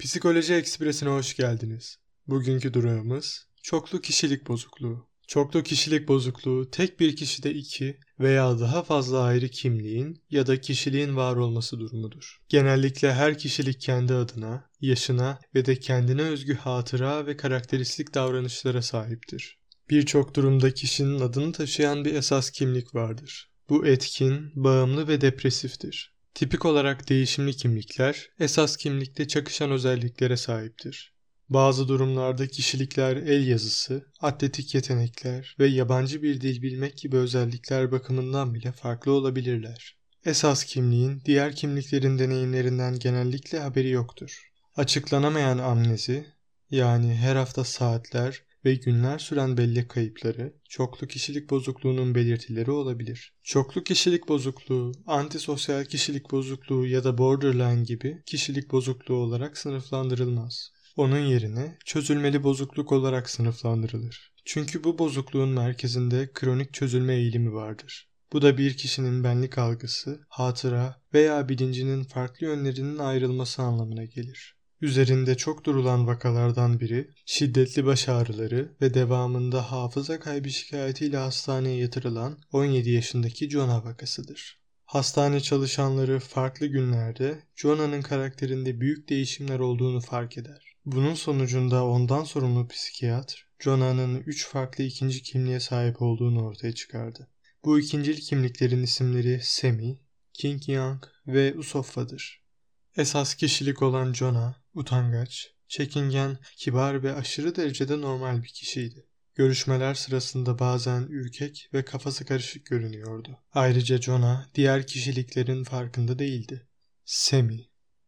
Psikoloji Ekspresi'ne hoş geldiniz. Bugünkü durağımız çoklu kişilik bozukluğu. Çoklu kişilik bozukluğu tek bir kişide iki veya daha fazla ayrı kimliğin ya da kişiliğin var olması durumudur. Genellikle her kişilik kendi adına, yaşına ve de kendine özgü hatıra ve karakteristik davranışlara sahiptir. Birçok durumda kişinin adını taşıyan bir esas kimlik vardır. Bu etkin, bağımlı ve depresiftir. Tipik olarak değişimli kimlikler, esas kimlikte çakışan özelliklere sahiptir. Bazı durumlarda kişilikler el yazısı, atletik yetenekler ve yabancı bir dil bilmek gibi özellikler bakımından bile farklı olabilirler. Esas kimliğin diğer kimliklerin deneyimlerinden genellikle haberi yoktur. Açıklanamayan amnezi, yani her hafta saatler ve günler süren bellek kayıpları, çoklu kişilik bozukluğunun belirtileri olabilir. Çoklu kişilik bozukluğu, antisosyal kişilik bozukluğu ya da borderline gibi kişilik bozukluğu olarak sınıflandırılmaz. Onun yerine çözülmeli bozukluk olarak sınıflandırılır. Çünkü bu bozukluğun merkezinde kronik çözülme eğilimi vardır. Bu da bir kişinin benlik algısı, hatıra veya bilincinin farklı yönlerinin ayrılması anlamına gelir. Üzerinde çok durulan vakalardan biri, şiddetli baş ağrıları ve devamında hafıza kaybı şikayetiyle hastaneye yatırılan 17 yaşındaki Jonah vakasıdır. Hastane çalışanları farklı günlerde Jonah'nın karakterinde büyük değişimler olduğunu fark eder. Bunun sonucunda ondan sorumlu psikiyatr, Jonah'nın 3 farklı ikinci kimliğe sahip olduğunu ortaya çıkardı. Bu ikincil kimliklerin isimleri Semi, King Young ve Usoffa'dır. Esas kişilik olan Jonah, utangaç, çekingen, kibar ve aşırı derecede normal bir kişiydi. Görüşmeler sırasında bazen ürkek ve kafası karışık görünüyordu. Ayrıca Jonah diğer kişiliklerin farkında değildi. Semi.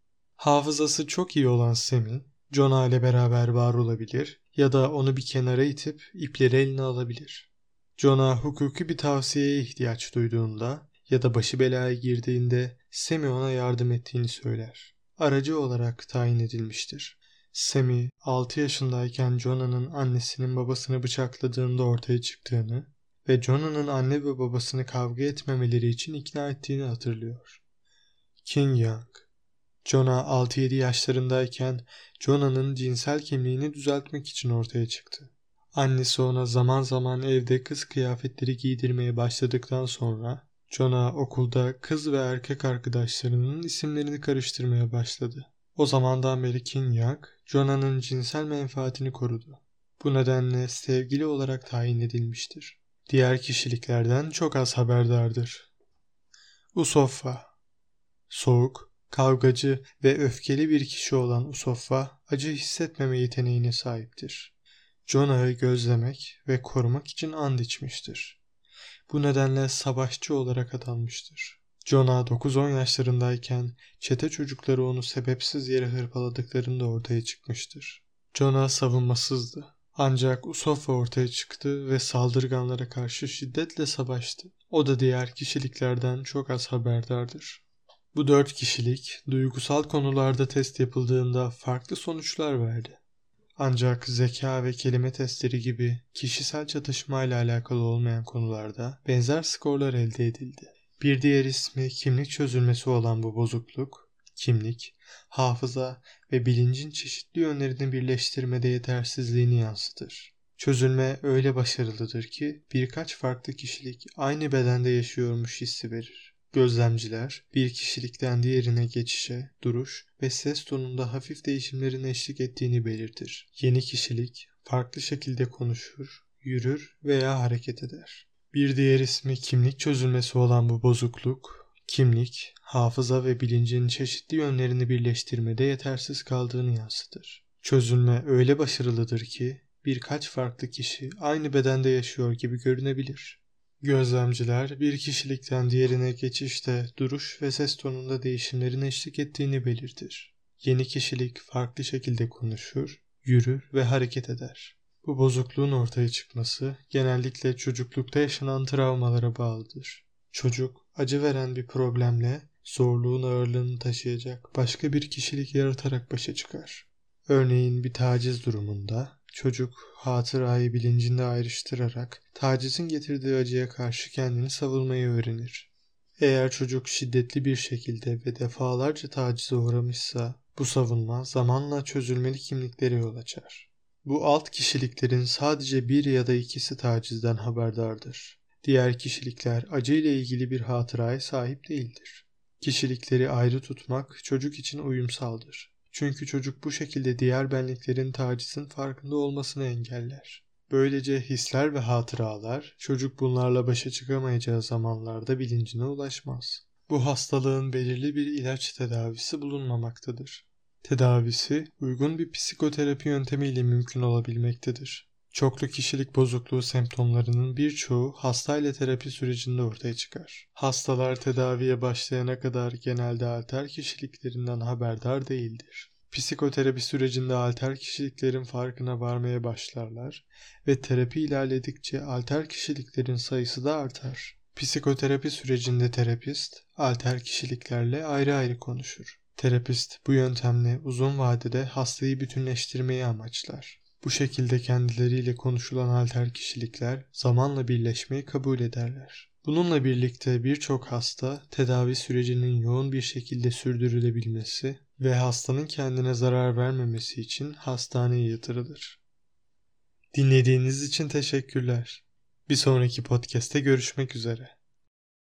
Hafızası çok iyi olan Semi, Jonah ile beraber var olabilir ya da onu bir kenara itip ipleri eline alabilir. Jonah hukuki bir tavsiyeye ihtiyaç duyduğunda ya da başı belaya girdiğinde Semi ona yardım ettiğini söyler. Aracı olarak tayin edilmiştir. Semi 6 yaşındayken Jonah'nın annesinin babasını bıçakladığında ortaya çıktığını ve Jonah'nın anne ve babasını kavga etmemeleri için ikna ettiğini hatırlıyor. King Young. Jonah 6-7 yaşlarındayken Jonah'nın cinsel kimliğini düzeltmek için ortaya çıktı. Annesi ona zaman zaman evde kız kıyafetleri giydirmeye başladıktan sonra Jonah okulda kız ve erkek arkadaşlarının isimlerini karıştırmaya başladı. O zamandan beri King Young, Jonah'nın cinsel menfaatini korudu. Bu nedenle sevgili olarak tayin edilmiştir. Diğer kişiliklerden çok az haberdardır. Usoffa. Soğuk, kavgacı ve öfkeli bir kişi olan Usoffa, acı hissetmeme yeteneğine sahiptir. Jonah'ı gözlemek ve korumak için and içmiştir. Bu nedenle savaşçı olarak adanmıştır. Jonah 9-10 yaşlarındayken çete çocukları onu sebepsiz yere hırpaladıklarında ortaya çıkmıştır. Jonah savunmasızdı. Ancak Usoffa ortaya çıktı ve saldırganlara karşı şiddetle savaştı. O da diğer kişiliklerden çok az haberdardır. Bu 4 kişilik duygusal konularda test yapıldığında farklı sonuçlar verdi. Ancak zeka ve kelime testleri gibi kişisel çatışmayla alakalı olmayan konularda benzer skorlar elde edildi. Bir diğer ismi kimlik çözülmesi olan bu bozukluk, kimlik, hafıza ve bilincin çeşitli yönlerini birleştirmede yetersizliğini yansıtır. Çözülme öyle başarılıdır ki birkaç farklı kişilik aynı bedende yaşıyormuş hissi verir. Gözlemciler bir kişilikten diğerine geçişe, duruş ve ses tonunda hafif değişimlerin eşlik ettiğini belirtir. Yeni kişilik farklı şekilde konuşur, yürür veya hareket eder. Bir diğer ismi kimlik çözülmesi olan bu bozukluk, kimlik, hafıza ve bilincin çeşitli yönlerini birleştirmede yetersiz kaldığını yansıtır. Çözülme öyle başarılıdır ki birkaç farklı kişi aynı bedende yaşıyor gibi görünebilir. Gözlemciler bir kişilikten diğerine geçişte duruş ve ses tonunda değişimlerin eşlik ettiğini belirtir. Yeni kişilik farklı şekilde konuşur, yürür ve hareket eder. Bu bozukluğun ortaya çıkması genellikle çocuklukta yaşanan travmalara bağlıdır. Çocuk acı veren bir problemle zorluğun ağırlığını taşıyacak başka bir kişilik yaratarak başa çıkar. Örneğin bir taciz durumunda çocuk hatırayı bilincinde ayrıştırarak tacizin getirdiği acıya karşı kendini savunmayı öğrenir. Eğer çocuk şiddetli bir şekilde ve defalarca tacize uğramışsa Bu savunma zamanla çözülmeli kimliklere yol açar. Bu alt kişiliklerin sadece bir ya da ikisi tacizden haberdardır. Diğer kişilikler acı ile ilgili bir hatıraya sahip değildir. Kişilikleri ayrı tutmak çocuk için uyumsaldır. Çünkü çocuk bu şekilde diğer benliklerin tacizin farkında olmasını engeller. Böylece hisler ve hatıralar çocuk bunlarla başa çıkamayacağı zamanlarda bilincine ulaşmaz. Bu hastalığın belirli bir ilaç tedavisi bulunmamaktadır. Tedavisi uygun bir psikoterapi yöntemiyle mümkün olabilmektedir. Çoklu kişilik bozukluğu semptomlarının birçoğu hastayla terapi sürecinde ortaya çıkar. Hastalar tedaviye başlayana kadar genelde alter kişiliklerinden haberdar değildir. Psikoterapi sürecinde alter kişiliklerin farkına varmaya başlarlar ve terapi ilerledikçe alter kişiliklerin sayısı da artar. Psikoterapi sürecinde terapist alter kişiliklerle ayrı ayrı konuşur. Terapist bu yöntemle uzun vadede hastayı bütünleştirmeyi amaçlar. Bu şekilde kendileriyle konuşulan alter kişilikler zamanla birleşmeyi kabul ederler. Bununla birlikte birçok hasta tedavi sürecinin yoğun bir şekilde sürdürülebilmesi ve hastanın kendine zarar vermemesi için hastaneye yatırılır. Dinlediğiniz için teşekkürler. Bir sonraki podcast'te görüşmek üzere.